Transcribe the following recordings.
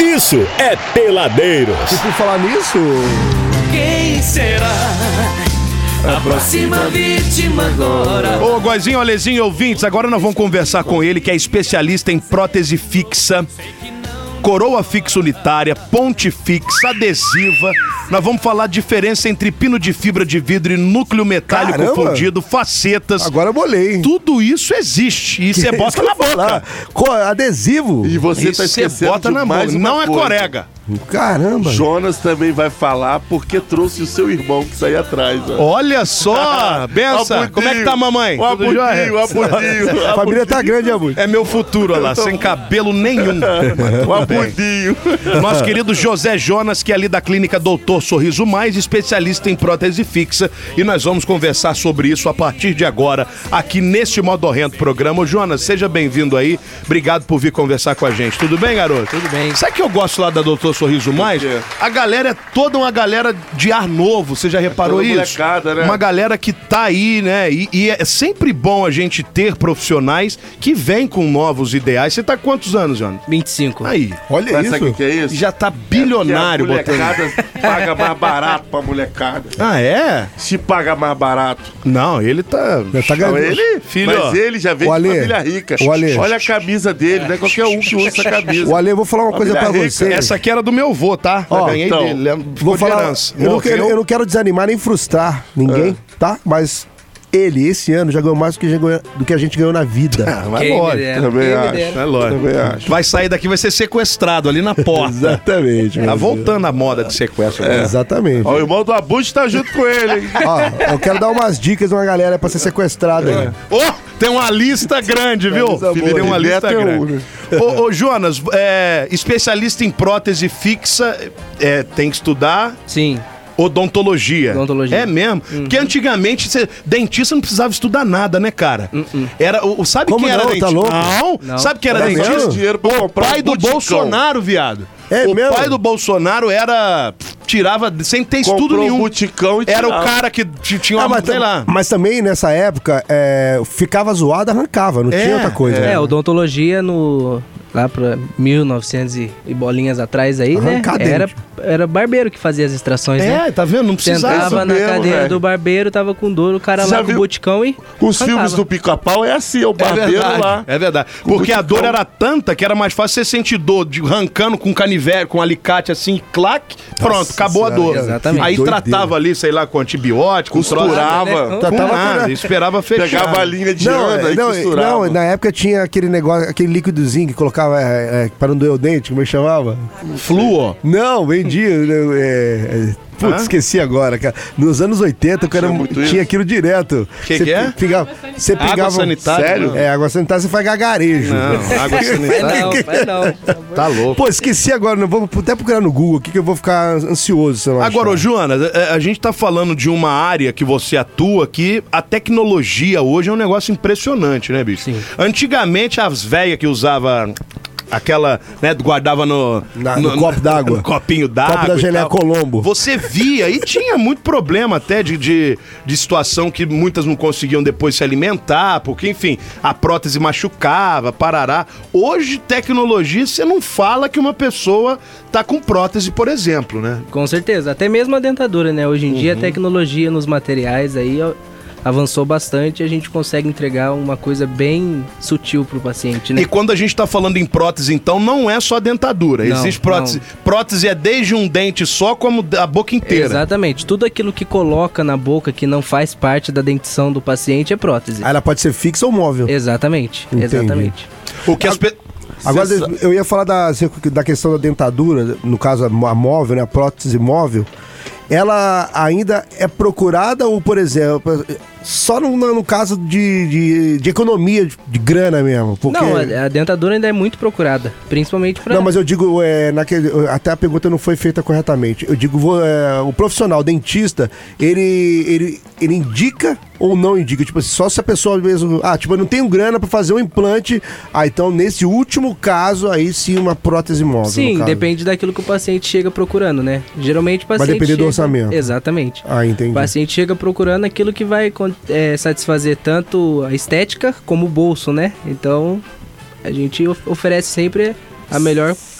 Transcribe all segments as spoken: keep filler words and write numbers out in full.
isso é Peladeiros. E por falar nisso... Quem será a próxima vítima agora? Ô, Goizinho, Alezinho, ouvintes, agora nós vamos conversar com ele, que é especialista em prótese fixa, coroa fixa unitária, ponte fixa, adesiva. Nós vamos falar a diferença entre pino de fibra de vidro e núcleo metálico Caramba. fundido, facetas. Agora eu bolei, hein? Tudo isso existe e você bota na boca. Co- adesivo. E você E tá você esquecendo bota de na mais boca. uma Não é coisa. corega. Caramba. Jonas também vai falar porque trouxe o seu irmão que saiu atrás. Ó. Olha só, benção. Como é que tá a mamãe? O Tudo jóia? abudinho, o abudinho. A família tá grande, Abud. É meu futuro, olha lá, sem cabelo nenhum. O abudinho. Nosso querido José Jonas, que é ali da clínica Doutor Sorriso Mais, especialista em prótese fixa, e nós vamos conversar sobre isso a partir de agora, aqui neste Modorrento programa. Ô, Jonas, seja bem-vindo aí, obrigado por vir conversar com a gente. Tudo bem, garoto? Tudo bem. Sabe que eu gosto lá da Doutor Sorriso Mais? quê? A galera é toda uma galera de ar novo, você já reparou toda isso? molecada, né? Uma galera que tá aí, né? E, e é sempre bom a gente ter profissionais que vêm com novos ideais. Você tá com quantos anos, Jonas? vinte e cinco. Aí. Olha Mas isso. sabe o que que é isso? Já tá bilionário é porque a botando. molecada paga mais barato pra molecada. Ah, é? Se paga mais barato. Não, ele tá. Já tá Não, ganhando. ele, Filho, mas ele já veio o de Ale, família rica. o Ale. Olha a camisa dele, não é qualquer um que usa essa camisa. O Ale, eu vou falar uma coisa pra Família rica. você. Essa aqui era do meu avô, tá? Ó, Eu ganhei então, dele. lembra- Ficou Vou de falar, herança. eu não, quero, Morreu. eu não quero desanimar nem frustrar ninguém, tá? Mas ele, esse ano, já ganhou mais do que, já ganhou- do que a gente ganhou na vida. Ah, mas Quem me lógico. dera, também quem me acho. dera. É lógico. Também acho. Vai sair daqui, vai ser sequestrado ali na porta. Exatamente. Tá meu voltando a moda de sequestro. Deus. né? Exatamente. Ó, o irmão do Abud tá junto com ele, hein? Ó, eu quero dar umas dicas de uma galera pra ser sequestrada aí. Ô, tem uma lista grande, viu? lista boa. Tem uma Ele lista é teu, grande. né? Ô, ô, Jonas, é, especialista em prótese fixa, é, tem que estudar Sim. odontologia. Odontologia. É mesmo? Porque antigamente, cê, dentista não precisava estudar nada, né, cara? Era, o, o- sabe Como quem era não? dentista? Tá louco? Não, Não. sabe quem era Tá dentista? mesmo? Dinheiro pra O comprar pai um do buticão. Bolsonaro, viado. É o mesmo? pai do Bolsonaro era... tirava sem ter estudo Comprou nenhum. um buticão e Era o tirava. cara que t- tinha Ah, uma, mas, sei lá... mas também nessa época, é, ficava zoado, arrancava, não É, tinha outra coisa. É, odontologia no... Lá pra mil e novecentos e e bolinhas atrás aí, Arrancar né? dente. Era, era barbeiro que fazia as extrações, né? É, tá vendo? Não precisava. Sentava na mesmo, cadeira velho. do barbeiro, tava com dor, o cara Você lá já com viu o boticão e Os arrancava. filmes do Pica-Pau é assim, é o É barbeiro verdade, lá. é verdade. Com Porque a buticão. dor era tanta que era mais fácil você sentir dor de arrancando com canivete, com alicate assim, clac, pronto, acabou a dor. exatamente. Aí Que doideira. tratava ali, sei lá, com antibiótico, com troço. Costurava. né? Com Tratava nada, tudo. esperava fechar. Pegava a linha de Não, Ana é, e não, costurava. não, na época tinha aquele negócio, aquele líquidozinho que colocava é, é, para não doer o dente, como é que chamava? Fluo. Não, vendia. É, é, putz, Hã? esqueci agora, cara. Nos anos oitenta, o cara Tinha muito tinha isso? aquilo direto. Que Você que é? Pegava, você Água pegava, sanitária? Sério? Não. É, água sanitária você faz gagarejo. Não, água Faz sanitária. não, faz não. Tá louco. Pô, esqueci agora, não vou até procurar no Google aqui que eu vou ficar ansioso se eu não Agora, ô, achar. Joana, é, a gente tá falando de uma área que você atua que a tecnologia hoje é um negócio impressionante, né, bicho? Sim. Antigamente, as velhas que usavam aquela, né, guardava no... Na- no copo d'água. No copinho d'água Copo da e Geleia tal. Colombo. Você via e tinha muito problema até de, de, de situação que muitas não conseguiam depois se alimentar, porque, enfim, a prótese machucava, parará. Hoje, tecnologia, você não fala que uma pessoa tá com prótese, por exemplo, né? Com certeza, até mesmo a dentadura, né? Hoje em dia a tecnologia nos materiais aí ó, avançou bastante e a gente consegue entregar uma coisa bem sutil pro paciente, né? E quando a gente tá falando em prótese, então, não é só a dentadura. Não, Existe prótese. Prótese é desde um dente só, como a boca inteira. Exatamente, tudo aquilo que coloca na boca que não faz parte da dentição do paciente é prótese. Aí ela pode ser fixa ou móvel. Exatamente, Entendi. exatamente. O que as pe... Agora, Cê sa- eu ia falar da, da questão da dentadura, no caso a móvel, né, a prótese móvel. Ela ainda é procurada ou, por exemplo, só no, no caso de, de, de economia de, de grana mesmo? Porque... Não, a, a dentadura ainda é muito procurada, principalmente para Não, mas eu digo, é, naquele, até a pergunta não foi feita corretamente. Eu digo, vou, é, o profissional, o dentista, ele, ele, ele indica ou não indica? Tipo assim, só se a pessoa mesmo... Ah, tipo, eu não tenho grana pra fazer um implante. Ah, então nesse último caso, aí sim uma prótese móvel. no Sim, caso. depende daquilo que o paciente chega procurando, né? Geralmente o paciente depender do chega- orçamento. Exatamente. Ah, entendi. O paciente chega procurando aquilo que vai é, satisfazer tanto a estética como o bolso, né? Então, a gente of- oferece sempre a melhor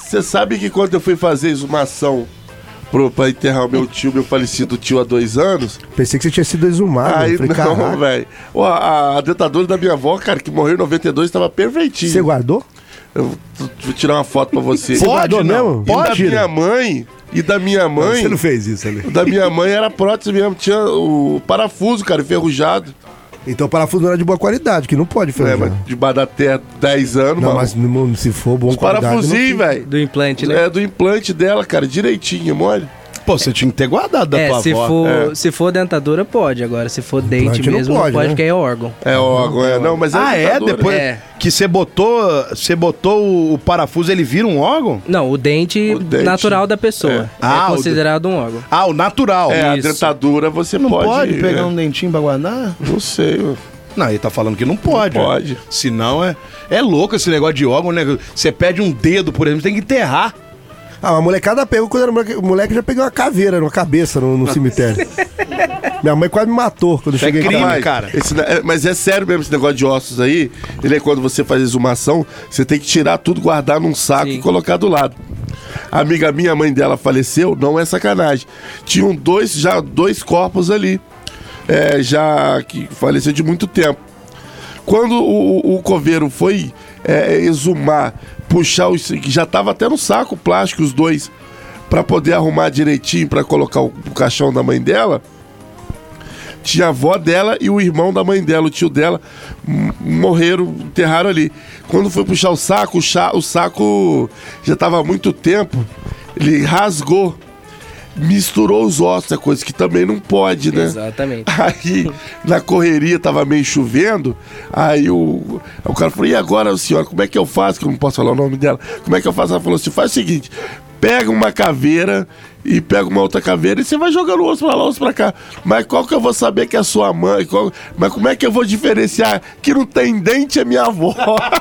Você sabe que quando eu fui fazer exumação pro, pra enterrar o meu tio, meu falecido tio há dois anos... Pensei que você tinha sido exumado. Aí Falei, não, velho. A, a dentadura da minha avó, cara, que morreu em noventa e dois, tava perfeitinha. Você guardou? Eu vou tirar uma foto pra você. Você guardou mesmo? E da Pode. minha mãe... E da minha mãe... Você não fez isso ali. Da minha mãe era prótese mesmo. Tinha o parafuso, cara, enferrujado. Então o parafuso não era de boa qualidade, que não pode É, fazer. mas debaixo da terra, dez anos, Não, mano. mas não- se for bom Os qualidade... parafusinhos, velho. Do implante, né? É, do implante dela, cara, direitinho, mole. Pô, você tinha que ter guardado da É, tua se avó. for, É. se for dentadura, pode. Agora, se for dente Implante não mesmo, pode, não pode, né? porque é órgão. É órgão, é. Não, mas é Ah, é? dentadura. Depois É. que você botou, você botou o, o parafuso, ele vira um órgão? Não, o dente, O dente. natural da pessoa. É. É, Ah, o considerado um órgão. Ah, o natural. É, a Isso. dentadura você Não pode, pode... pegar é. um dentinho pra guardar? Não sei, mano. Não, ele tá falando que não pode. Não ué. pode. Senão é... É louco esse negócio de órgão, né? Você pede um dedo, por exemplo, tem que enterrar. Ah, a molecada pegou, quando era moleque, o moleque já pegou uma caveira na cabeça no, no cemitério. Minha mãe quase me matou quando eu Isso é cheguei em crime, casa. Mas, cara. esse ne- é, mas é sério mesmo esse negócio de ossos aí. Ele é quando você faz exumação, você tem que tirar tudo, guardar num saco Sim. e colocar do lado. A amiga minha, a mãe dela faleceu, não é sacanagem. Tinham dois, já dois corpos ali. É, já que faleceu de muito tempo. Quando o, o, o coveiro foi é, exumar, puxar os. Que já tava até no saco plástico, os dois, pra poder arrumar direitinho, pra colocar o, o caixão da mãe dela. Tinha a avó dela e o irmão da mãe dela, o tio dela, m- morreram, enterraram ali. Quando foi puxar o saco, o, cha- o saco já tava há muito tempo, ele rasgou, misturou os ossos, é coisa que também não pode, né? Exatamente. Aí, na correria, tava meio chovendo, aí o, o cara falou, e agora, senhora, como é que eu faço? Que eu não posso falar o nome dela. Como é que eu faço? Ela falou assim, faz o seguinte, pega uma caveira e pega uma outra caveira e você vai jogando osso pra lá, osso pra cá. Mas qual que eu vou saber que é a sua mãe? Qual- mas como é que eu vou diferenciar que não tem dente é minha avó?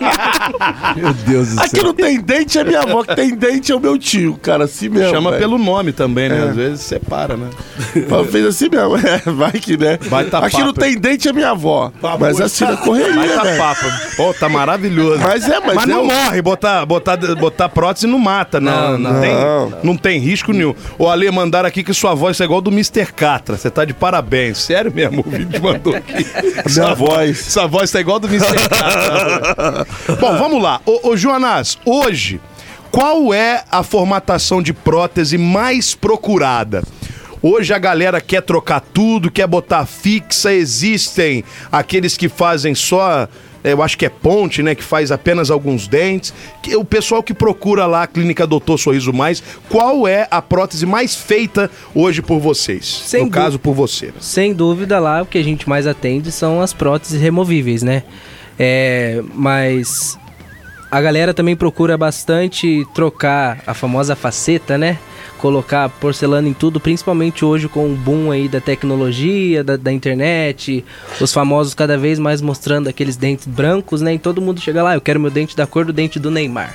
Meu Deus do Aqui céu. não tem dente é minha avó, que tem dente é o meu tio, cara, assim mesmo. Chama velho. pelo nome também, né? Às vezes separa, né? Ela fez assim mesmo, é, vai que, né? Vai tá Aqui não papo. tem dente é minha avó. Mas assim na correria, Vai tá velho. papo. Pô, tá maravilhoso. Mas é, mas não é o- morre, botar, botar, botar prótese não mata, não. Não, Não, tem, não. não tem risco nenhum. O Ale mandaram aqui que sua voz é igual do mister Catra. Você tá de parabéns. Sério mesmo, o vídeo mandou aqui. Minha voz. Sua voz tá igual do mister Catra. Bom, vamos lá. Ô, ô Joanás, hoje, qual é a formatação de prótese mais procurada? Hoje a galera quer trocar tudo, quer botar fixa, existem aqueles que fazem só, eu acho que é ponte, né, que faz apenas alguns dentes. Que- O pessoal que procura lá a Clínica Doutor Sorriso Mais, qual é a prótese mais feita hoje por vocês? Sem no dú- caso, por você. né? Sem dúvida lá, o que a gente mais atende são as próteses removíveis, né? É, mas a galera também procura bastante trocar a famosa faceta, né? Colocar porcelana em tudo, principalmente hoje com o boom aí da tecnologia, da, da internet, os famosos cada vez mais mostrando aqueles dentes brancos, né? E todo mundo chega lá, eu quero meu dente da cor do dente do Neymar.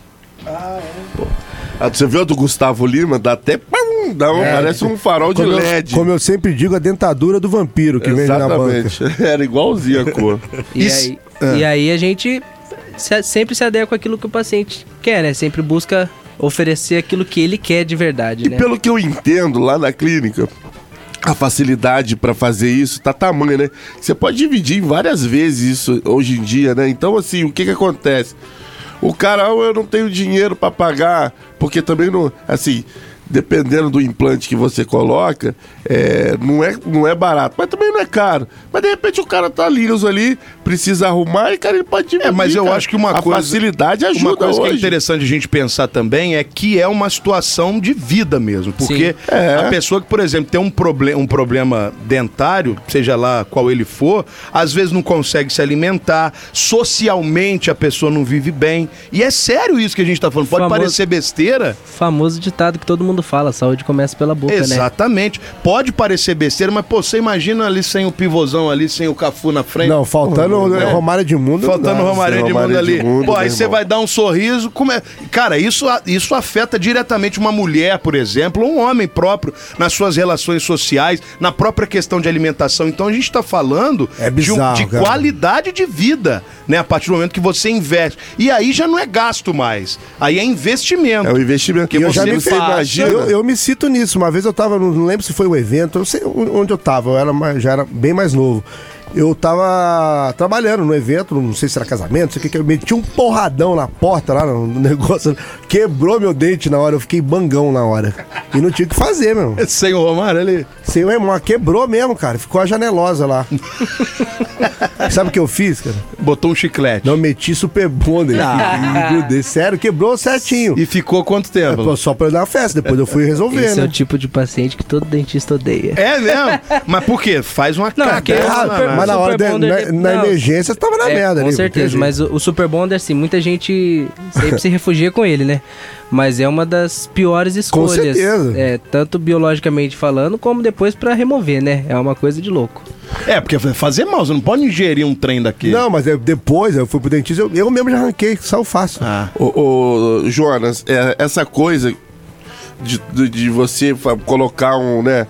Ah, você viu a do Gustavo Lima? Dá até. pum, Dá um, parece um farol de Como L E eu, D. como eu sempre digo, a dentadura do vampiro que vende na banca. Exatamente. Era igualzinho a cor. E, Isso- aí, e aí a gente se- sempre se adequa àquilo que o paciente quer, né? Sempre busca oferecer aquilo que ele quer de verdade, E né? pelo que eu entendo lá na clínica, a facilidade pra fazer isso tá tamanha, né? Você pode dividir em várias vezes isso hoje em dia, né? Então, assim, o que que acontece? O cara, ah, eu não tenho dinheiro pra pagar, porque também não, assim, dependendo do implante que você coloca, é, não, é, não é barato, mas também não é caro. Mas de repente o cara tá liso ali, precisa arrumar e, cara, ele pode dividir. É, mas eu cara. acho que uma a coisa... facilidade ajuda Uma coisa que é hoje. interessante a gente pensar também é que é uma situação de vida mesmo. Porque Sim. É. a pessoa que, por exemplo, tem um, proble um problema dentário, seja lá qual ele for, às vezes não consegue se alimentar, socialmente a pessoa não vive bem. E é sério isso que a gente tá falando. Pode Famoso- parecer besteira. Famoso ditado que todo mundo mundo fala, saúde começa pela boca, Exatamente. né? Exatamente. Pode parecer besteira, mas, pô, você imagina ali sem o pivôzão ali, sem o Cafu na frente. Não, faltando o né? Romário Edmundo. Faltando o Romário Edmundo Romário ali. Edmundo, Pô, aí meu você irmão. vai dar um sorriso. Como é... Cara, isso, isso afeta diretamente uma mulher, por exemplo, ou um homem próprio, nas suas relações sociais, na própria questão de alimentação. Então a gente tá falando É de, um- bizarro, de cara. qualidade de vida, né? A partir do momento que você investe. E aí já não é gasto mais. Aí é investimento. É o investimento. Que E eu você já me faz. imagina. Eu, eu me cito nisso. Uma vez eu tava, não lembro se foi um evento, eu não sei onde eu tava, eu era mais- já era bem mais novo. Eu tava trabalhando no evento, não sei se era casamento, não sei o que, que eu meti um porradão na porta lá no negócio, quebrou meu dente na hora, eu fiquei bangão na hora. E não tinha o que fazer, meu. Sem o Romário ali. Sem o irmão, quebrou mesmo, cara, ficou a janelosa lá. Sabe o que eu fiz, cara? Botou um chiclete. Não, meti super bonder. E grudei. Sério, quebrou certinho. E ficou quanto tempo? Pô, só pra eu dar uma festa, depois eu fui resolver, Esse né? é o tipo de paciente que todo dentista odeia. É mesmo? Mas por quê? Faz uma Não, cagada. porque o Errado, Super- mas na hora, Super de- Bonder na, de- na não. emergência, tava na É, merda com ali. certeza, entendi. mas o, o Super Bonder, assim, muita gente sempre se refugia com ele, né? Mas é uma das piores escolhas. certeza. É, tanto biologicamente falando, como depois pra remover, né? É uma coisa de louco. É, porque vai fazer mal, você não pode ingerir um trem daqui. Não, mas eu- depois eu fui pro dentista, eu, eu mesmo já arranquei, saiu fácil. Ah. Ô, ô, Jonas, é, essa coisa de, de, de você fa- colocar um, né,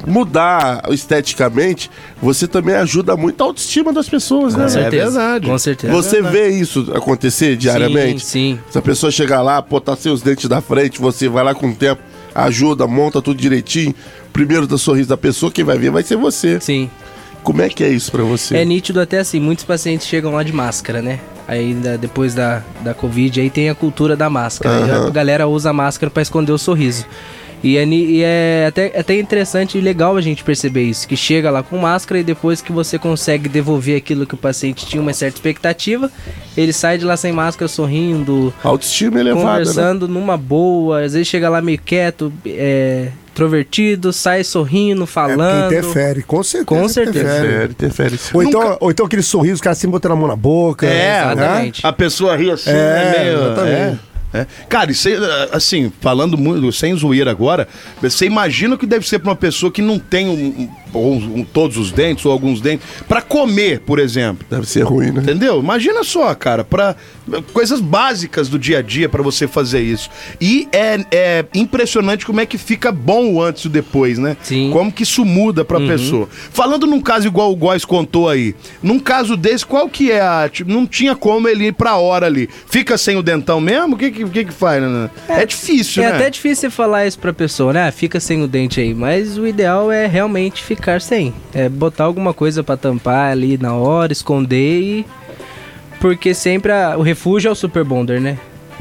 mudar esteticamente, você também ajuda muito a autoestima das pessoas, né? Com certeza. verdade. Com certeza. Você vê isso acontecer diariamente? Sim, sim. Se a pessoa chegar lá, pô, tá sem os dentes da frente, você vai lá com o tempo, ajuda, monta tudo direitinho. Primeiro dá sorriso da pessoa, quem vai ver vai ser você. Sim. Como é que é isso pra você? É nítido até assim, muitos pacientes chegam lá de máscara, né? Aí da- depois da, da Covid, aí tem a cultura da máscara. Aí Aham. a galera usa a máscara pra esconder o sorriso. E é, ni- e é até, até interessante e legal a gente perceber isso, que chega lá com máscara e depois que você consegue devolver aquilo que o paciente tinha uma certa expectativa, ele sai de lá sem máscara, sorrindo, Autoestima elevada, né? conversando numa boa, às vezes chega lá meio quieto, é, introvertido, sai sorrindo, É falando. porque interfere, com certeza. Com certeza. Interfere, interfere sim. Ou então, ou então aquele sorriso, o cara assim botando a mão na boca. É, exatamente. A pessoa ri assim, É, né? Meio, exatamente. é. É. Cara, isso aí, assim, falando muito, sem zoeira agora, você imagina o que deve ser pra uma pessoa que não tem um, um- ou um- todos os dentes ou alguns dentes pra comer, por exemplo. Deve ser ruim, né? Entendeu? Imagina só, cara, para coisas básicas do dia a dia pra você fazer isso. E é, é impressionante como é que fica bom o antes e o depois, né? Sim. Como que isso muda pra pessoa. Falando num caso igual o Góis contou aí, num caso desse, qual que é a... Tipo, não tinha como ele ir pra hora ali. Fica sem o dentão mesmo? O que que, que, que faz, né? É, difícil, É né? até difícil você falar isso pra pessoa, né? Ah, fica sem o dente aí. Mas o ideal é realmente ficar sem. É botar alguma coisa pra tampar ali na hora, esconder e... Porque sempre a- o refúgio é o Super Bonder, né?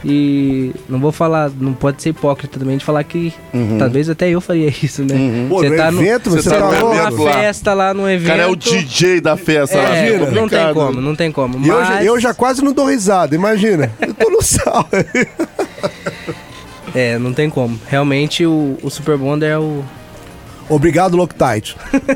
E não vou falar, não pode ser hipócrita também de falar que talvez até eu faria isso, né? Pô, no evento, você você tá tá no numa evento lá. festa lá no O evento. cara é o D J da festa lá. É, fica não tem complicado. como, não tem como. E eu, já- Mas- eu já quase não dou risada, imagina. Eu tô no sal. É, não tem como. Realmente o, o Super Bonder é o... Obrigado, Loctite.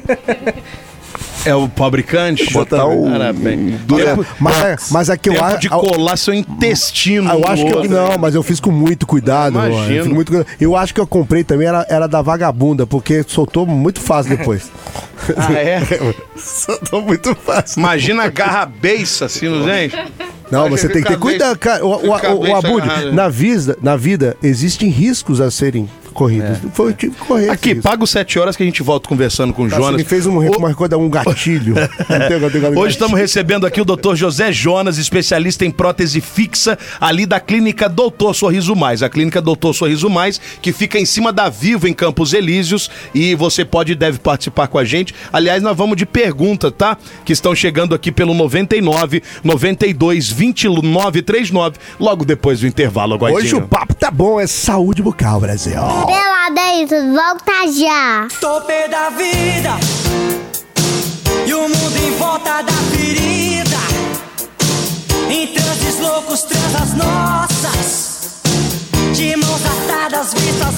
É o fabricante? Botar um... Parabéns. do- Tempo, Mas, mas aqui eu tempo acho. de colar seu intestino. Ah, eu no acho que eu, outro. não, mas eu fiz com muito cuidado. Imagino. mano. Eu, fiz com muito cuidado. Eu acho que eu comprei também, era, era da vagabunda, porque soltou muito fácil depois. Ah, é? Soltou muito fácil. Imagina a garra beiça assim no dente. Não, você tem que ter cuidado, cara. O, o, o, o Abud, na vida, na vida, existem riscos a serem corridos. Foi o tipo de correr. Aqui, esse paga os sete horas que a gente volta conversando com o risco. Cara, Jonas. Você me fez um, uma coisa, um gatilho. Não tem- não tem- Hoje estamos recebendo aqui o doutor José Jonas, especialista em prótese fixa, ali da clínica Doutor Sorriso Mais. A clínica Doutor Sorriso Mais, que fica em cima da Vivo, em Campos Elíseos, e você pode e deve participar com a gente. Aliás, nós vamos de pergunta, tá? Que estão chegando aqui pelo noventa e nove, noventa e dois, vinte e nove, trinta e nove, logo depois do intervalo, Góizinho. Hoje o papo tá bom, é saúde bucal, Brasil. Peladeiros, volta já! Tô pé da vida e o mundo em volta da ferida. Em transes loucos, transas nossas, de mãos atadas, vistas grossas.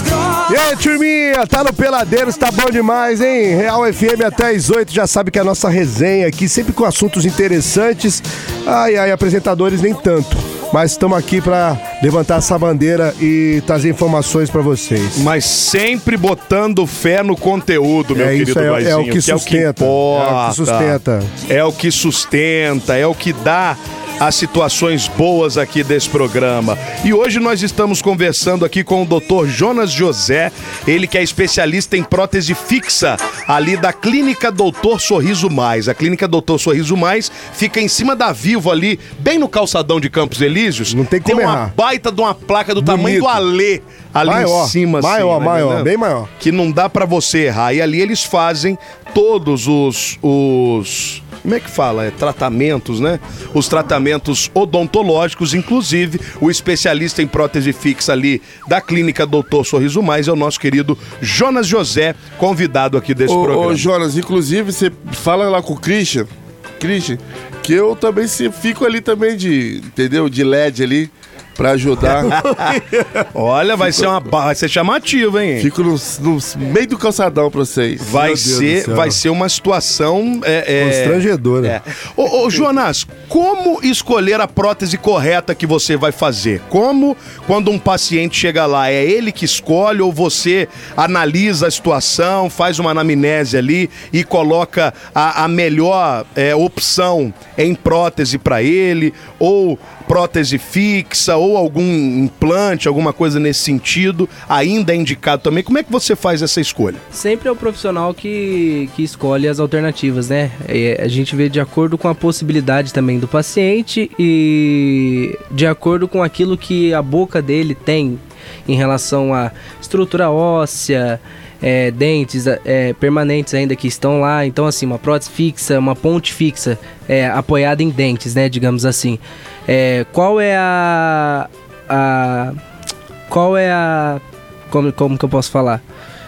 E aí, turminha, tá no Peladeiros, tá bom demais, hein? Real F M até às oito, já sabe que é a nossa resenha aqui, sempre com assuntos interessantes. Ai, ai, apresentadores nem tanto. Mas estamos aqui pra levantar essa bandeira e trazer informações pra vocês. Mas sempre botando fé no conteúdo, meu É querido isso, é, Vaizinho, é o que que é o que sustenta. importa. É o que sustenta. É o que sustenta, é o que dá as situações boas aqui desse programa. E hoje nós estamos conversando aqui com o doutor Jonas José, ele que é especialista em prótese fixa, ali da Clínica Doutor Sorriso Mais. A Clínica Doutor Sorriso Mais fica em cima da Vivo ali, bem no calçadão de Campos Elíseos. Não tem como Tem uma errar. baita de uma placa do Bonito. tamanho do Alê ali Maior, em cima. maior, assim, maior, entendendo? bem maior. Que não dá pra você errar. E ali eles fazem todos os... os como é que fala? É, tratamentos, né? Os tratamentos odontológicos, inclusive o especialista em prótese fixa ali da Clínica Doutor Sorriso Mais é o nosso querido Jonas José, convidado aqui desse Ô, programa. ô, Jonas, inclusive, você fala lá com o Christian, Christian, que eu também se, fico ali também de, entendeu? De L E D ali, pra ajudar. Olha, vai ser, uma, vai ser chamativo, hein? Fico no, no meio do calçadão pra vocês. Vai Meu Deus do ser, céu. vai ser uma situação é, é, Constrangedora. É. Ô, ô, Jonas, como escolher a prótese correta que você vai fazer? Como, quando um paciente chega lá, é ele que escolhe ou você analisa a situação, faz uma anamnese ali e coloca a, a melhor é, opção em prótese para ele, ou prótese fixa, ou algum implante, alguma coisa nesse sentido, ainda é indicado também. Como é que você faz essa escolha? Sempre é o profissional que, que escolhe as alternativas, né? É, a gente vê de acordo com a possibilidade também do paciente e de acordo com aquilo que a boca dele tem em relação à estrutura óssea, é, dentes é, permanentes ainda que estão lá. Então, assim, uma prótese fixa, uma ponte fixa é, apoiada em dentes, né? Digamos assim. É, qual é a... a qual é a... Como, como que eu posso falar?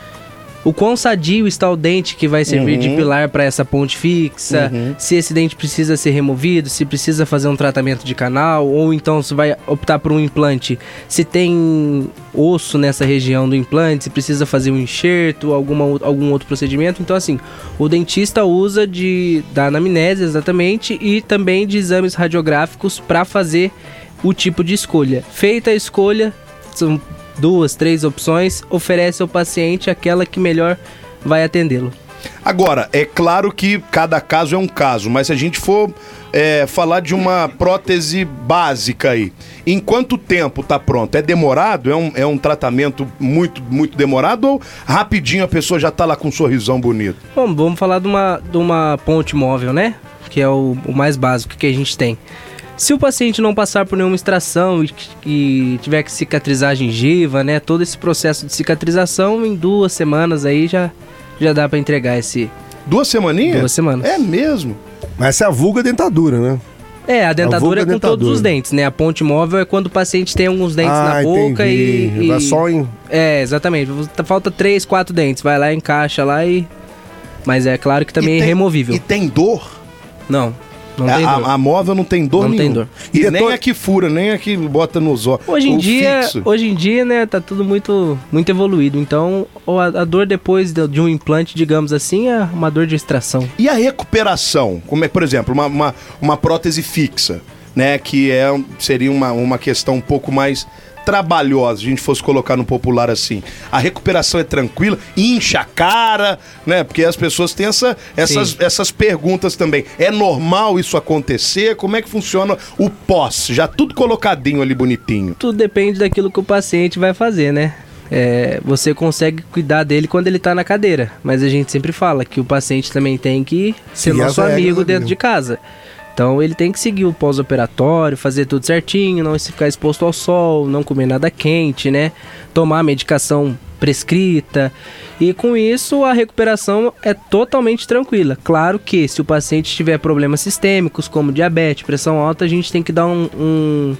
O quão sadio está o dente que vai servir Uhum. de pilar para essa ponte fixa, Uhum. se esse dente precisa ser removido, se precisa fazer um tratamento de canal, ou então se vai optar por um implante, se tem osso nessa região do implante, se precisa fazer um enxerto, alguma, algum outro procedimento. Então, assim, o dentista usa de, da anamnese exatamente e também de exames radiográficos para fazer o tipo de escolha. Feita a escolha, são duas, três opções, oferece ao paciente aquela que melhor vai atendê-lo. Agora, é claro que cada caso é um caso, mas se a gente for é, falar de uma prótese básica aí, em quanto tempo tá pronto? É demorado? É um, é um tratamento muito, muito demorado ou rapidinho a pessoa já tá lá com um sorrisão bonito? Bom, vamos falar de uma, de uma ponte móvel, né? Que é o, o mais básico que a gente tem. Se o paciente não passar por nenhuma extração e, e tiver que cicatrizar a gengiva, né? Todo esse processo de cicatrização, em duas semanas aí já, já dá para entregar esse... Duas semaninhas? Duas semanas. É mesmo? Mas essa é a vulga dentadura, né? É, a dentadura vulga é com dentadura. todos os dentes, né? A ponte móvel é quando o paciente tem alguns dentes Ah, na boca entendi. e, Vai e... só em... É, exatamente. Falta três, quatro dentes. Vai lá, encaixa lá e... Mas é claro que também E é tem- removível. E tem dor? Não, não a, tem a- dor. a móvel não tem dor Não nenhuma. tem dor. E, E nem depois- a que fura, nem a que bota nos olhos. Hoje em O dia, fixo. hoje em dia, né, tá tudo muito, muito evoluído. Então, a, a dor depois de, de um implante, digamos assim, é uma dor de extração. E a recuperação? Como é, por exemplo, uma, uma, uma prótese fixa, né? Que é, um- seria uma, uma questão um pouco mais trabalhosa, se a gente fosse colocar no popular assim. A recuperação é tranquila, incha a cara, né? Porque as pessoas têm essa, essas, Sim. essas perguntas também. É normal isso acontecer? Como é que funciona o pós? Já tudo colocadinho ali bonitinho. Tudo depende daquilo que o paciente vai fazer, né? É, você consegue cuidar dele quando ele tá na cadeira, mas a gente sempre fala que o paciente também tem que ser Seguir nosso as regras amigo ali. dentro de casa. Então ele tem que seguir o pós-operatório, fazer tudo certinho, não ficar exposto ao sol, não comer nada quente, né? Tomar a medicação prescrita. E com isso a recuperação é totalmente tranquila. Claro que se o paciente tiver problemas sistêmicos, como diabetes, pressão alta, a gente tem que dar um, um-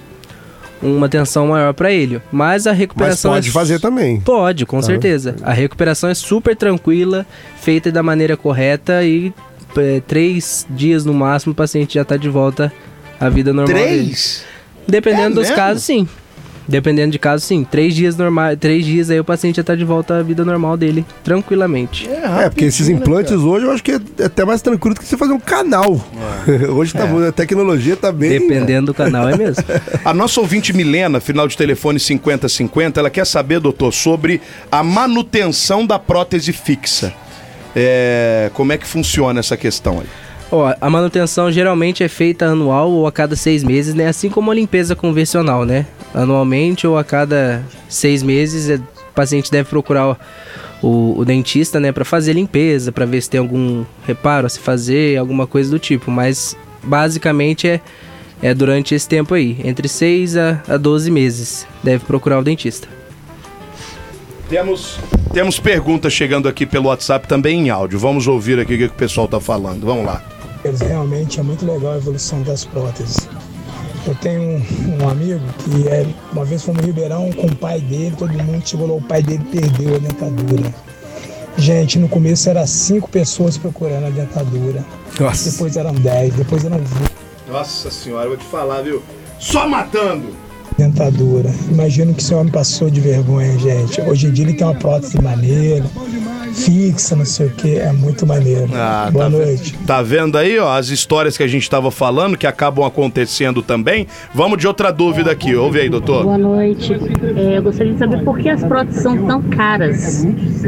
uma atenção maior para ele. Mas a Mas recuperação pode é fazer também. Pode, com certeza. A recuperação é super tranquila, feita da maneira correta e é, três dias no máximo o paciente já tá de volta à vida normal dele. Três? Dependendo É dos mesmo? casos, sim. Dependendo de caso, sim. Três dias normais, três dias aí o paciente já tá de volta à vida normal dele, tranquilamente. É, porque esses implantes hoje eu acho que é até mais tranquilo do que você fazer um canal. É. Hoje tá, é. a tecnologia tá bem... Dependendo do canal, é mesmo. A nossa ouvinte Milena, final de telefone cinquenta cinquenta, ela quer saber, doutor, sobre a manutenção da prótese fixa. É, como é que funciona essa questão aí? Ó, a manutenção geralmente é feita anual ou a cada seis meses, né? Assim como a limpeza convencional, né? Anualmente ou a cada seis meses, o paciente deve procurar o, o, o dentista, né? Para fazer limpeza, para ver se tem algum reparo a se fazer, alguma coisa do tipo. Mas basicamente é, é durante esse tempo aí, entre seis a doze meses, deve procurar o dentista. Temos, temos perguntas chegando aqui pelo WhatsApp também em áudio. Vamos ouvir aqui o que o pessoal tá falando. Vamos lá. Realmente é muito legal a evolução das próteses. Eu tenho um, um amigo que é, uma vez fomos em Ribeirão com o pai dele, todo mundo chegou lá, o pai dele perdeu a dentadura. Gente, no começo eram cinco pessoas procurando a dentadura. Nossa. Depois eram dez, depois eram vinte. Nossa senhora, eu vou te falar, viu? Só matando! Dentadura. Imagino que esse homem passou de vergonha, gente. Hoje em dia ele tem uma prótese maneira, fixa, não sei o que, é muito maneiro. Ah, Boa tá noite. Vendo, tá vendo aí, ó, as histórias que a gente estava falando, que acabam acontecendo também. Vamos de outra dúvida aqui, ouve aí, doutor. Boa noite. É, eu gostaria de saber por que as próteses são tão caras.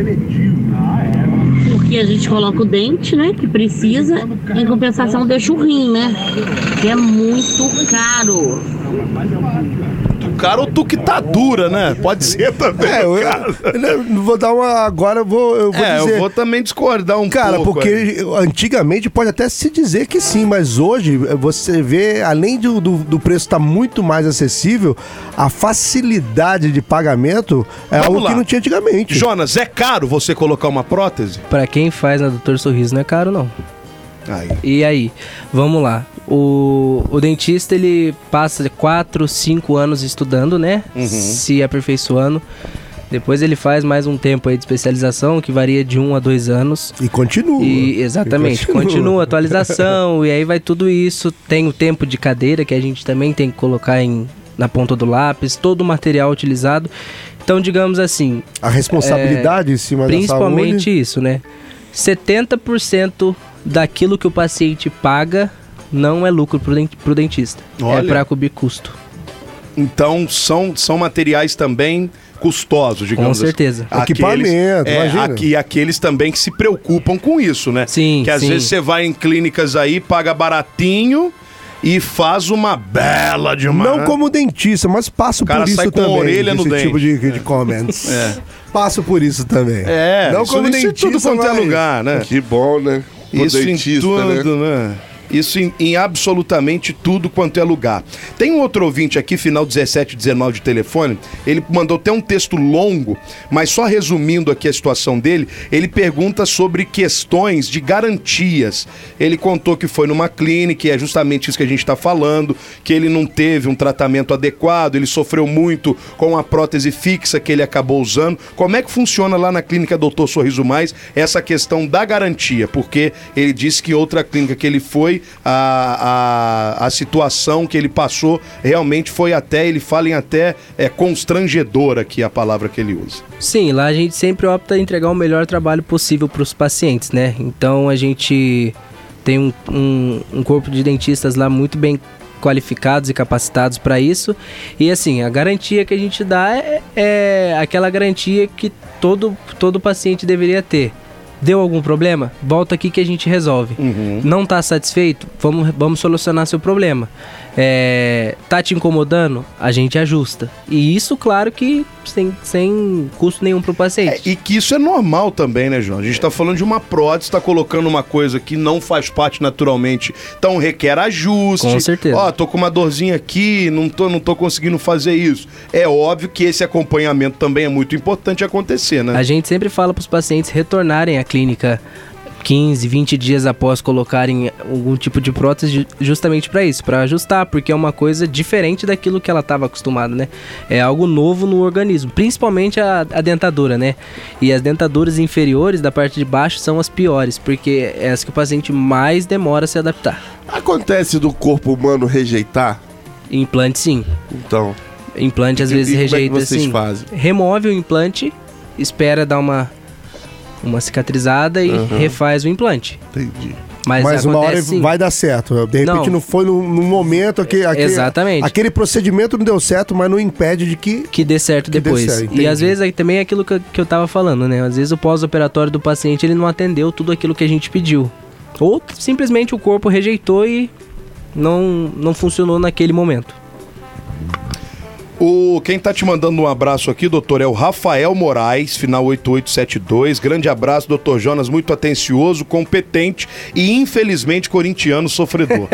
Porque a gente coloca o dente, né, que precisa, em compensação deixa o rim, né, que é muito caro. Cara, ou tu que tá dura, né? Pode ser também. É, eu, eu, eu vou dar uma. Agora eu vou. Eu vou é, dizer, eu vou também discordar um cara, pouco. Cara, porque aí. Antigamente pode até se dizer que sim, mas hoje você vê, além do, do, do preço estar tá muito mais acessível, a facilidade de pagamento é Vamos algo lá. que não tinha antigamente. Jonas, é caro você colocar uma prótese? Pra quem faz na doutor Sorriso não é caro, não. Aí. E aí, vamos lá. O, o dentista, ele passa quatro, cinco anos estudando, né? Uhum. Se aperfeiçoando. Depois ele faz mais um tempo aí de especialização, que varia de um a dois anos. E continua. E, exatamente, e continua. continua atualização, e aí vai tudo isso. Tem o tempo de cadeira, que a gente também tem que colocar em, na ponta do lápis, todo o material utilizado. Então, digamos assim... A responsabilidade é, em cima da saúde. Principalmente isso, né? setenta por cento daquilo que o paciente paga não é lucro pro dentista. Olha. É para cobrir custo. Então são, são materiais também custosos, digamos Com certeza. Assim. Equipamento, é, imagina. E aqueles também que se preocupam com isso, né? Sim, Que às sim. vezes você vai em clínicas aí, paga baratinho e faz uma bela de uma... Não como dentista, mas passo por isso também. Com a orelha no dente. Tipo de, de comments. É. Passo por isso também. É, não isso, como isso dentista, em tudo quanto mas... é lugar, né? Que bom, né? O Isso dentista, em tudo, né? né? Isso em, em absolutamente tudo quanto é lugar. Tem um outro ouvinte aqui, final dezessete dezenove de telefone, ele mandou até um texto longo, mas só resumindo aqui a situação dele, ele pergunta sobre questões de garantias. Ele contou que foi numa clínica, e é justamente isso que a gente está falando, que ele não teve um tratamento adequado, ele sofreu muito com a prótese fixa que ele acabou usando. Como é que funciona lá na clínica doutor Sorriso Mais essa questão da garantia? Porque ele disse que outra clínica que ele foi, A, a, a situação que ele passou realmente foi até, ele fala em até é, constrangedora aqui a palavra que ele usa. Sim, lá a gente sempre opta em entregar o melhor trabalho possível para os pacientes, né? Então a gente tem um, um, um corpo de dentistas lá muito bem qualificados e capacitados para isso. E assim, a garantia que a gente dá é, é aquela garantia que todo, todo paciente deveria ter. Deu algum problema? Volta aqui que a gente resolve. Uhum. Não tá satisfeito? Vamos, vamos solucionar seu problema. É, tá te incomodando? A gente ajusta. E isso, claro que sem, sem custo nenhum pro paciente. É, e que isso é normal também, né, João? A gente tá falando de uma prótese, tá colocando uma coisa que não faz parte naturalmente, então requer ajuste. Com certeza. Ó, tô com uma dorzinha aqui, não tô, não tô conseguindo fazer isso. É óbvio que esse acompanhamento também é muito importante acontecer, né? A gente sempre fala pros pacientes retornarem à clínica quinze, vinte dias após colocarem algum tipo de prótese, justamente para isso, para ajustar, porque é uma coisa diferente daquilo que ela estava acostumada, né? É algo novo no organismo, principalmente a, a dentadura, né? E as dentaduras inferiores da parte de baixo são as piores, porque é as que o paciente mais demora a se adaptar. Acontece do corpo humano rejeitar? Implante, sim. Então... Implante às E- vezes e como é que rejeita vocês assim. fazem? Remove o implante, espera dar uma, uma cicatrizada e Uhum. refaz o implante. Entendi. Mas, Mas uma hora acontece sim. vai dar certo. De repente Não. não, foi no, no momento que aquele, Exatamente. aquele procedimento não deu certo, mas não impede de que Que dê certo Que dê depois. certo, e entendi. às vezes aí também é aquilo que eu, que eu tava falando, né? Às vezes o pós-operatório do paciente ele não atendeu tudo aquilo que a gente pediu. Ou simplesmente o corpo rejeitou e não, não funcionou naquele momento. O, quem tá te mandando um abraço aqui, doutor, é o Rafael Moraes, final oito oito sete dois. Grande abraço, doutor Jonas, muito atencioso, competente e infelizmente corintiano sofredor.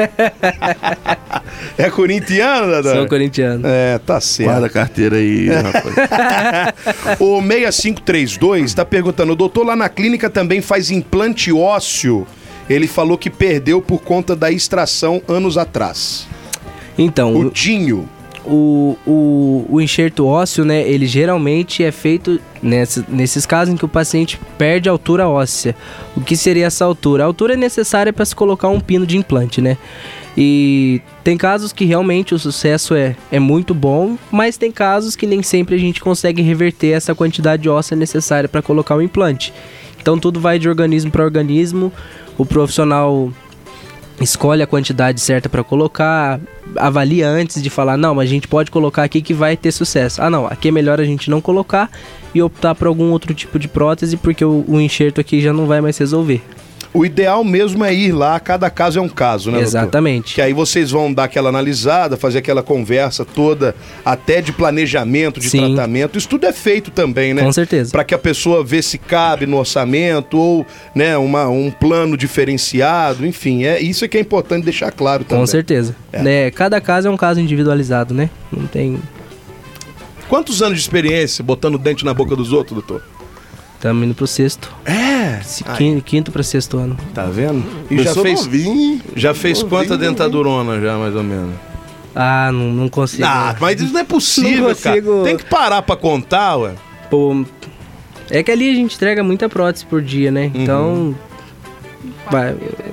É corintiano, Dadá? Sou corintiano. É, tá certo. Guarda a carteira aí, rapaz. O seis cinco três dois tá perguntando, o doutor lá na clínica também faz implante ósseo? Ele falou que perdeu por conta da extração anos atrás. Então, O o, Dinho. o, o, o enxerto ósseo, né? Ele geralmente é feito nessa, nesses casos em que o paciente perde a altura óssea. O que seria essa altura? A altura é necessária para se colocar um pino de implante, né? E tem casos que realmente o sucesso é, é muito bom, mas tem casos que nem sempre a gente consegue reverter essa quantidade óssea necessária para colocar o implante. Então tudo vai de organismo para organismo, o profissional escolhe a quantidade certa para colocar, avalia antes de falar, não, mas a gente pode colocar aqui que vai ter sucesso. Ah não, aqui é melhor a gente não colocar e optar por algum outro tipo de prótese, porque o, o enxerto aqui já não vai mais resolver. O ideal mesmo é ir lá, cada caso é um caso, né, doutor? Exatamente. Que aí vocês vão dar aquela analisada, fazer aquela conversa toda, até de planejamento, de Sim. tratamento. Isso tudo é feito também, né? Com certeza. Para que a pessoa vê se cabe no orçamento ou, né, uma, um plano diferenciado, enfim. É, isso é que é importante deixar claro também. Com certeza. É. Né, cada caso é um caso individualizado, né? Não tem... Quantos anos de experiência botando dente na boca dos outros, doutor? Estamos indo pro sexto. É? Se- Quinto, quinto para sexto ano. Tá vendo? E Eu já sou fez, novinho. já fez Novinho, quanta novinho. dentadurona já, mais ou menos? Ah, não, não consigo. Ah, mas isso não é possível, Não consigo. cara. Tem que parar pra contar, ué. Pô, é que ali a gente entrega muita prótese por dia, né? Então... Vai,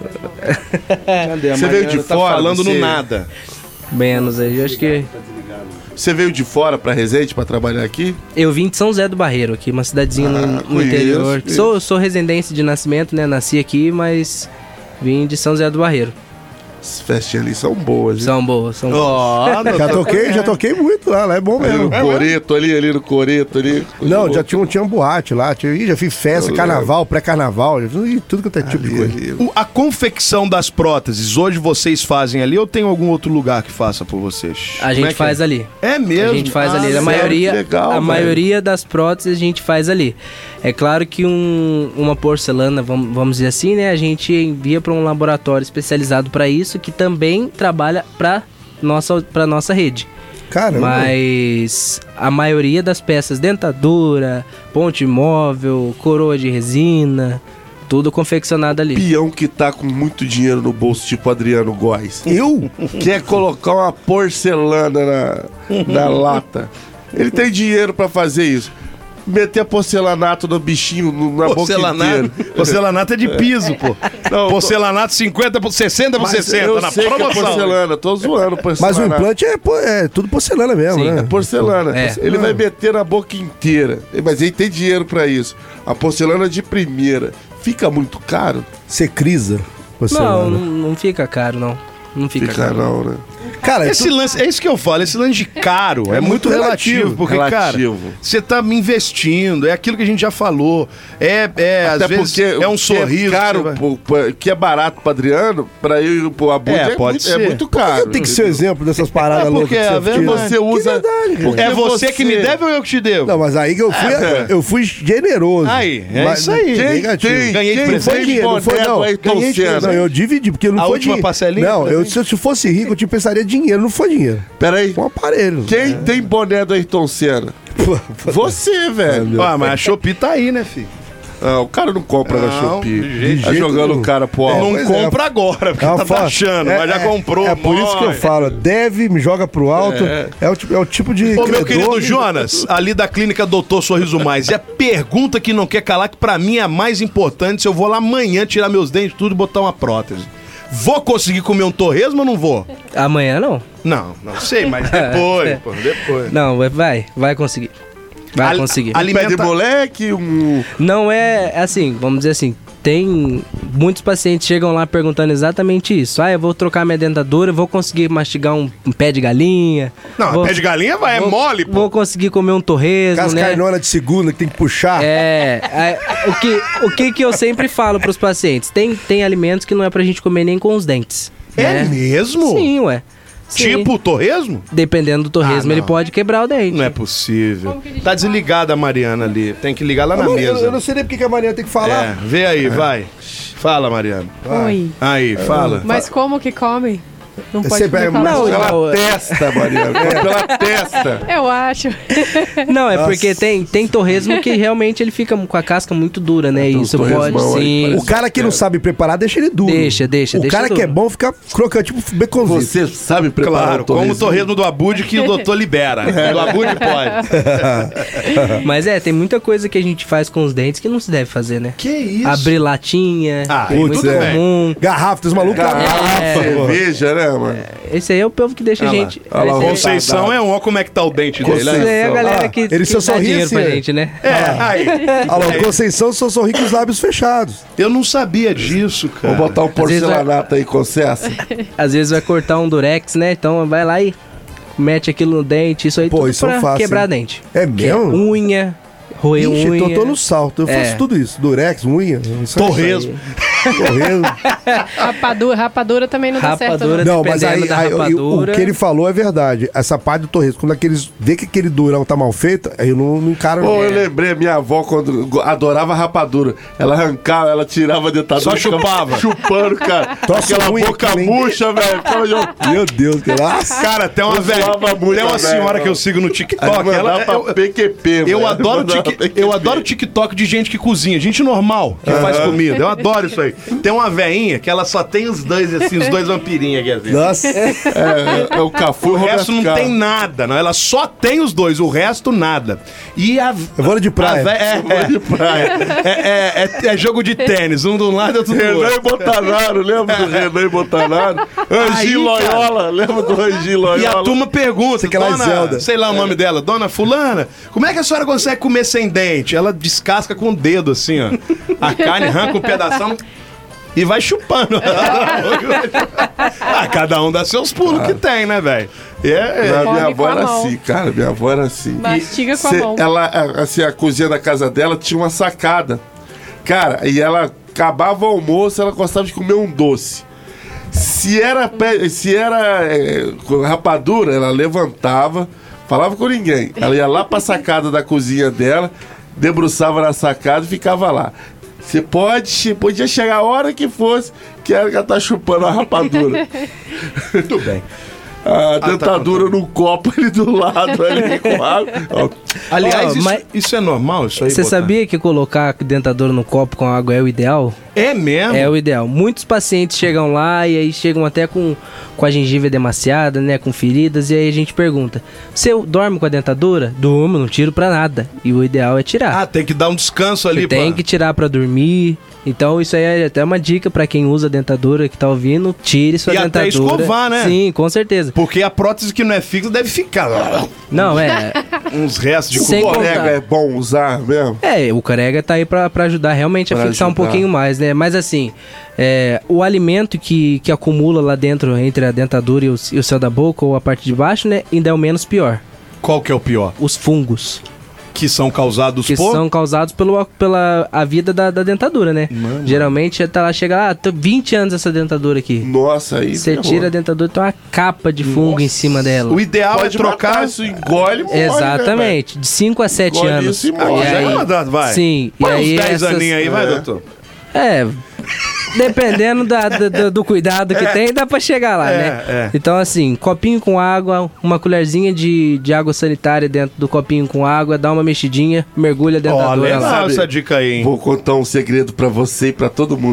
Cadê? A Você veio Mariana de tá fora, falando você- no nada. menos aí. Eu acho que... Você veio de fora pra Resende pra trabalhar aqui? Eu vim de São José do Barreiro aqui, uma cidadezinha no, Ah, no conheço, interior. conheço. Sou, sou residente de nascimento, né? Nasci aqui, mas vim de São José do Barreiro. As festinhas ali são boas, hein? São boas, são boas. Ó, já toquei, já toquei muito lá, lá é bom Ali mesmo. no Coreto, ali, ali no Coreto, ali. Não, já tinha, um- tinha um boate lá, tinha, ih, já fiz festa, Eu carnaval, pré-carnaval, já fiz tudo que tem tipo de Ali, coisa. ali. O- a confecção das próteses, hoje vocês fazem ali ou tem algum outro lugar que faça por vocês? A Como gente é que faz é? ali. É mesmo? A gente faz Ah, ali. A sério? maioria, que legal, a velho. maioria das próteses a gente faz ali. É claro que um- uma porcelana, vamos, vamos dizer assim, né? A gente envia para um laboratório especializado para isso, que também trabalha para nossa, para nossa rede. Caramba. Mas a maioria das peças, dentadura, ponte móvel, coroa de resina, tudo confeccionado ali. Peão que tá com muito dinheiro no bolso, tipo Adriano Góes. Eu? Quer colocar uma porcelana na, na lata. Ele tem dinheiro pra fazer isso. Meter porcelanato no bichinho, no- na boca Porcelanato, inteira. porcelanato é de piso, pô. Não, Porcelanato cinquenta por sessenta por Mas sessenta eu na sei que é promoção. porcelana, tô zoando Mas porcelanato. o implante é, po- é tudo porcelana mesmo, Sim, né? É porcelana. É. Ele vai meter na boca inteira. Mas ele tem dinheiro pra isso. A porcelana de primeira. Fica muito caro? Você crisa porcelana. Não, não, não fica caro, não. Não fica, Fica caro. não, né? Cara, Esse lance, é isso que eu falo, esse lance de caro é, muito muito relativo, relativo, porque, relativo. cara, você tá me investindo, é aquilo que a gente já falou, é, é às Até vezes, porque é um o que sorriso. É caro, que você vai- pô, pô, que é barato pro Adriano, pra eu e pro Abud É, é, pode muito, ser. é muito caro. tem que ser o exemplo dessas paradas É porque loucas. a que você verdade- tira. Você usa. verdade, porque É você, que me deve ou eu que te devo? Não, mas aí que eu fui, É. eu fui generoso. Aí, é Mas- isso aí. Quem Negativo. tem, Ganhei de quem presente. tem dinheiro, não foi, boné não. do Ayrton Ganhei de Senna? presente. Não, eu dividi, porque não A foi última dinheiro. parcelinha, Não, eu, presente? se eu se fosse rico, eu te pensaria dinheiro, não foi dinheiro. Peraí. Foi um aparelho. Quem tem boné do Ayrton Senna? Você, velho. Ah, mas a Shopee tá aí, né, filho? Ah, o cara não compra na Não, Shopee. de jeito Tá nenhum. jogando o cara pro alto. Não pois é. compra agora, porque É uma tá foto. taxando, É- mas já é- comprou. É por isso que eu morre. falo, deve, me joga pro alto. É, o, tipo- é o tipo de. Ô, meu credor querido que- Jonas, ali da clínica Doutor Sorriso Mais, e a pergunta que não quer calar, que pra mim é a mais importante, se eu vou lá amanhã tirar meus dentes tudo e botar uma prótese. Vou conseguir comer um torresmo ou não vou? Amanhã não. Não, não sei, mas depois, pô, depois. Não, vai, vai conseguir. Vai Al- conseguir. Um pé de Alimenta... moleque, um... Não é assim, vamos dizer assim, tem muitos pacientes chegam lá perguntando exatamente isso. Ah, eu vou trocar minha dentadura, eu vou conseguir mastigar um, um pé de galinha. Não, vou, pé de galinha vai, vou, é mole, pô. Vou conseguir comer um torresmo, né? Cascarnona de segunda que tem que puxar. É, é, o, que, o que que eu sempre falo pros pacientes? Tem, tem alimentos que não é pra gente comer nem com os dentes. É né? mesmo? Sim, ué. Sim. Tipo o torresmo? Dependendo do torresmo, Ah, ele não. pode quebrar o dente. Não é possível. Tá desligada a Mariana ali. Tem que ligar lá na Eu, mesa. eu, eu não sei nem porque que a Mariana tem que É, falar. vê aí, vai. Fala, Mariana. Oi. Aí, fala. Mas como que come? Não Você pode comer pega com a mais- mão? Não, Pela testa, Mariana. Pela testa. Eu acho. Não, é Nossa. porque tem, tem torresmo que realmente ele fica com a casca muito dura, né? Tem uns Isso pode torresmão aí, sim. parece- O cara que não sabe preparar, deixa ele duro. Deixa, deixa, O deixa cara duro. que é bom fica crocante, tipo baconzito. Você sabe preparar Claro, um como o torresmo? torresmo do Abud que o doutor libera. Do Abud pode. Mas é, tem muita coisa que a gente faz com os dentes que não se deve fazer, né? Que isso? Abrir latinha, Ah, é muito putz, é. comum. Garrafa, tem os malucos Garrafa, É. cerveja, né, mano? Esse aí é o povo que deixa a Olha lá. gente. Olha lá, esse aí- Conceição é um, olha como é que tá o dente dele. Esse Olha aí é a galera Ah, que, ele que só dá sorri dinheiro assim, pra né? gente, né? É, aí. Olha lá, o Conceição só sorri com os lábios fechados. Eu não sabia disso, cara. Vou botar um vezes porcelanato aí com cessa. Às vezes vai cortar um durex, né? Então vai lá e mete aquilo no dente, isso aí Pô, tudo isso eu pra faço, quebrar hein? dente. É Que é mesmo? unha, roer Ixi, unha. então eu tô no salto. Eu faço É. tudo isso. Durex, unha. Isso aí. Torresmo. Torresmo. Rapadura, rapadura também não dá certo. Rapadura. Não. Não, mas aí, Dependendo da aí, o- o rapadura. que ele falou é verdade. Essa parte do torresmo, quando aqueles vê que aquele durão tá mal feito, aí eu não, não encaro. Pô, não. eu lembrei, minha avó, quando go- adorava rapadura. Ela arrancava, ela tirava a dentadura. Só ficava chupava. Chupando, cara. Troço Aquela ruim boca aquilo, hein? murcha, velho. Ficava de- Meu Deus, que laço. Cara, tem uma Eu velha. zoava muito Tem uma a senhora velha, que eu não. sigo no Aí TikTok. mandava Ela, pra eu, P Q P, eu velho. adoro Mandava tic- P Q P. eu adoro TikTok de gente que cozinha, gente normal, que faz comida. Eu adoro isso aí. Tem uma veinha que ela só tem os dois, assim, os dois vampirinhos aqui, assim. Nossa. É, é o Cafu e O o resto não Roberto tem Carlos. nada, não. Ela só tem os dois, o resto nada. E a. Eu vou de praia. a vé- é, Vôlei de praia. é, é, é- é jogo de tênis, um de um lado e outro do Renan e outro. Botanaro, lembra do Renan e Botanaro? Anjinho Aí, cara. Loyola, lembra do Anjinho Loyola? E a turma pergunta, Sei que ela é dona, Zelda. sei lá o nome dela, dona fulana, como é que a senhora consegue comer sem dente? Ela descasca com o dedo, assim, ó. A carne arranca um pedação e vai chupando. ah, cada um dá seus pulos que tem, né, velho? É, é. Não, Come minha avó com a era mão. assim, cara. Minha avó era assim. Mastiga com a Cê- mão. Ela, a- assim, a cozinha da casa dela tinha uma sacada. Cara, e ela acabava o almoço, ela gostava de comer um doce. Se era, pé- se era é, com rapadura, ela levantava, falava com ninguém. Ela ia lá pra sacada da cozinha dela, debruçava na sacada e ficava lá. Você pode, podia chegar a hora que fosse, que ela já tá chupando a rapadura. Tudo bem. A dentadura no copo ali do lado, ali com água. Ó, Aliás, Ó, isso, mas- isso é normal, isso aí? Você botar? sabia que colocar a dentadura no copo com água é o ideal? É mesmo? É o ideal. Muitos pacientes chegam lá e aí chegam até com, com a gengiva demasiada, né? Com feridas, e aí a gente pergunta: você dorme com a dentadura? Durmo, não tiro pra nada. E o ideal é tirar. Ah, tem que dar um descanso ali, Você tem pá. que tirar pra dormir. Então isso aí é até uma dica pra quem usa dentadura que tá ouvindo, tire sua E até dentadura. escovar, né? Sim, com certeza. Porque a prótese que não é fixa deve ficar Não, é. uns restos de Sem cocô. contar. Corega é bom usar mesmo? É, o Carega tá aí pra, pra ajudar realmente a Pra fixar um ajudar. pouquinho mais, né? Mas assim, é, o alimento que, que acumula lá dentro, entre a dentadura e o, e o céu da boca, ou a parte de baixo, né? Ainda é o menos pior. Qual que é o pior? Os fungos. Que são causados Que por... são causados pelo, pela a vida da, da dentadura, né? Geralmente até lá chega lá, ah, tô vinte anos essa dentadura aqui. Nossa, aí. Você ferrou. tira a dentadura, tem uma capa de fungo em cima dela. O ideal Pode é trocar... matar, isso engole, morre, né, Exatamente, de cinco a sete Engole anos. isso e morre. E Ah, já aí- é uma data, vai. Sim, Põe e uns aí dez essas- aninhos aí, vai, É. doutor. É, dependendo da- da- do, do cuidado que tem, dá pra chegar lá, É, né? é. Então, assim, copinho com água, uma colherzinha de, de água sanitária dentro do copinho com água, dá uma mexidinha, mergulha a Ó, dentadura legal lá. essa dica aí, hein? Vou contar um segredo pra você e pra todo mundo.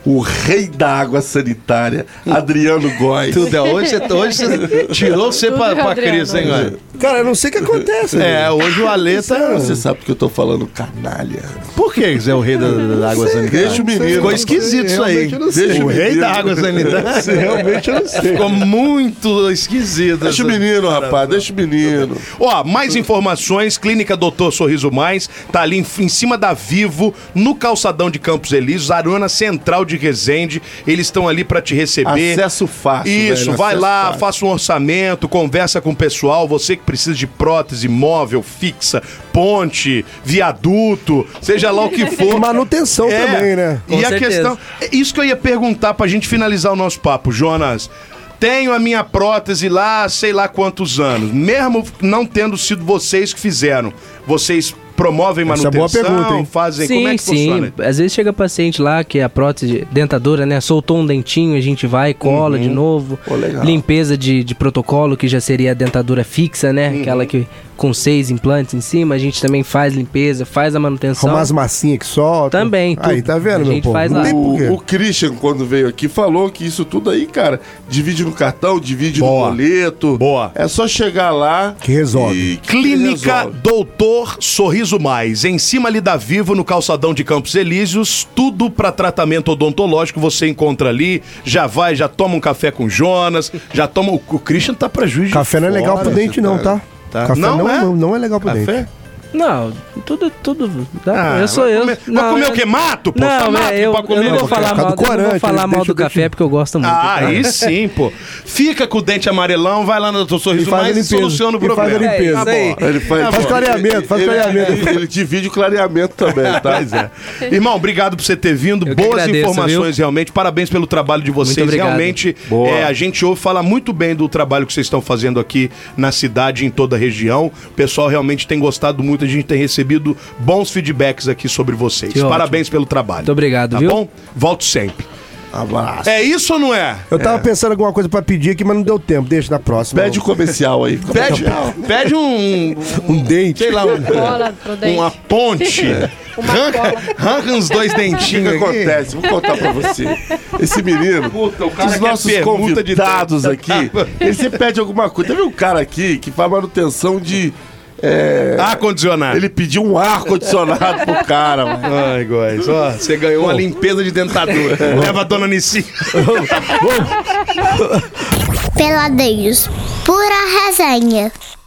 o rei da água sanitária, Adriano Góes. Tudo é, hoje, você- hoje você tirou você pra, pra Cris, hein, olha. Cara, eu não sei o que acontece. É, hoje o Alê tá... Você sabe que eu tô falando canalha. Por que você é o rei da, da água sanitária? Deixa o menino. Ficou esquisito isso aí. Realmente eu não sei. Deixa o rei da água sanitária. Realmente eu não sei. Ficou muito esquisito. Deixa o essa- menino, rapaz, deixa o menino. Ó, mais informações, Clínica Doutor Sorriso Mais, tá ali em, em cima da Vivo, no calçadão de Campos Elíseos, Aruna Central de Resende. Eles estão ali pra te receber. Acesso fácil. Isso, velho, vai acesso lá, fácil. faça um orçamento, conversa com o pessoal, você que precisa de prótese móvel, fixa, ponte, viaduto, seja lá o que for. E manutenção É, também, né? E Com a certeza. questão, é isso que eu ia perguntar pra gente finalizar o nosso papo, Jonas. Tenho a minha prótese lá, sei lá quantos anos, mesmo não tendo sido vocês que fizeram, vocês promovem Essa é manutenção, boa pergunta, hein? fazem, Sim, como é que sim. funciona? Às vezes chega paciente lá que a prótese dentadura, né? Soltou um dentinho, a gente vai, cola de novo. Pô, legal. Limpeza de, de protocolo, que já seria a dentadura fixa, né? Aquela que com seis implantes em cima, a gente também faz limpeza, faz a manutenção. Arrumar as massinhas que soltam. Também, Aí, tudo. tá vendo, A meu gente povo? faz Não lá. tem porquê. O, o Christian, quando veio aqui, falou que isso tudo aí, cara, divide no cartão, divide Boa. no boleto. Boa. É só chegar lá Que resolve. e que Clínica resolve. Doutor Sorriso Mais, em cima ali da Vivo, no calçadão de Campos Elíseos, tudo pra tratamento odontológico você encontra ali, já vai, já toma um café com o Jonas, já toma, o, o Christian tá pra juiz de Café não é legal Fora, pro dente, não, tá? Tá. Café Não não, é? não, não é legal pro dente. Café? Não, tudo, tudo. Dá. Ah, eu sou vai eu. comer- não, vai comer eu- o quê? Mato, pô? Não, Só mato é, eu, pra eu comer, não vou pô. falar Por causa mal, do eu não vou corante, falar ele mal deixa do o dente- café porque eu gosto muito. Ah, tá? aí sim, pô. Fica com o dente amarelão, vai lá no doutor Sorriso E faz a Mais e limpeza. soluciona o E faz a problema. limpeza. Tá bom. É isso Ele faz, Faz clareamento, faz ele, clareamento. Ele, ele divide o clareamento também, tá? Pois é. Irmão, obrigado por você ter vindo. Eu que Boas agradeço, informações, viu? realmente. Parabéns pelo trabalho de vocês. Muito obrigado. Realmente, Boa. é, a gente ouve falar muito bem do trabalho que vocês estão fazendo aqui na cidade, em toda a região. O pessoal realmente tem gostado muito. A gente tem recebido bons feedbacks aqui sobre vocês. Que ótimo. Parabéns pelo trabalho. Muito obrigado, Tá viu? bom? Volto sempre. Abraço. É isso ou não é? Eu tava pensando em alguma coisa pra pedir aqui, mas não deu tempo. Deixa na próxima. Pede o comercial aí. Pede, pede um, um dente. sei lá, um, Cola pro dente. uma ponte. Uma Arranca, cola. arranca uns dois O que, dentinhos que aqui. acontece? Vou contar pra você. Esse menino, cara os quer nossos permuta de convidados dente. aqui, ele sempre pede alguma coisa. Teve um cara aqui que faz manutenção de... é, Ar-condicionado. ele pediu um ar-condicionado pro cara, mano. Ai, Góis, ó, você ganhou uma limpeza de dentadura. Leva a dona Nissi. Peladeiros, pura resenha.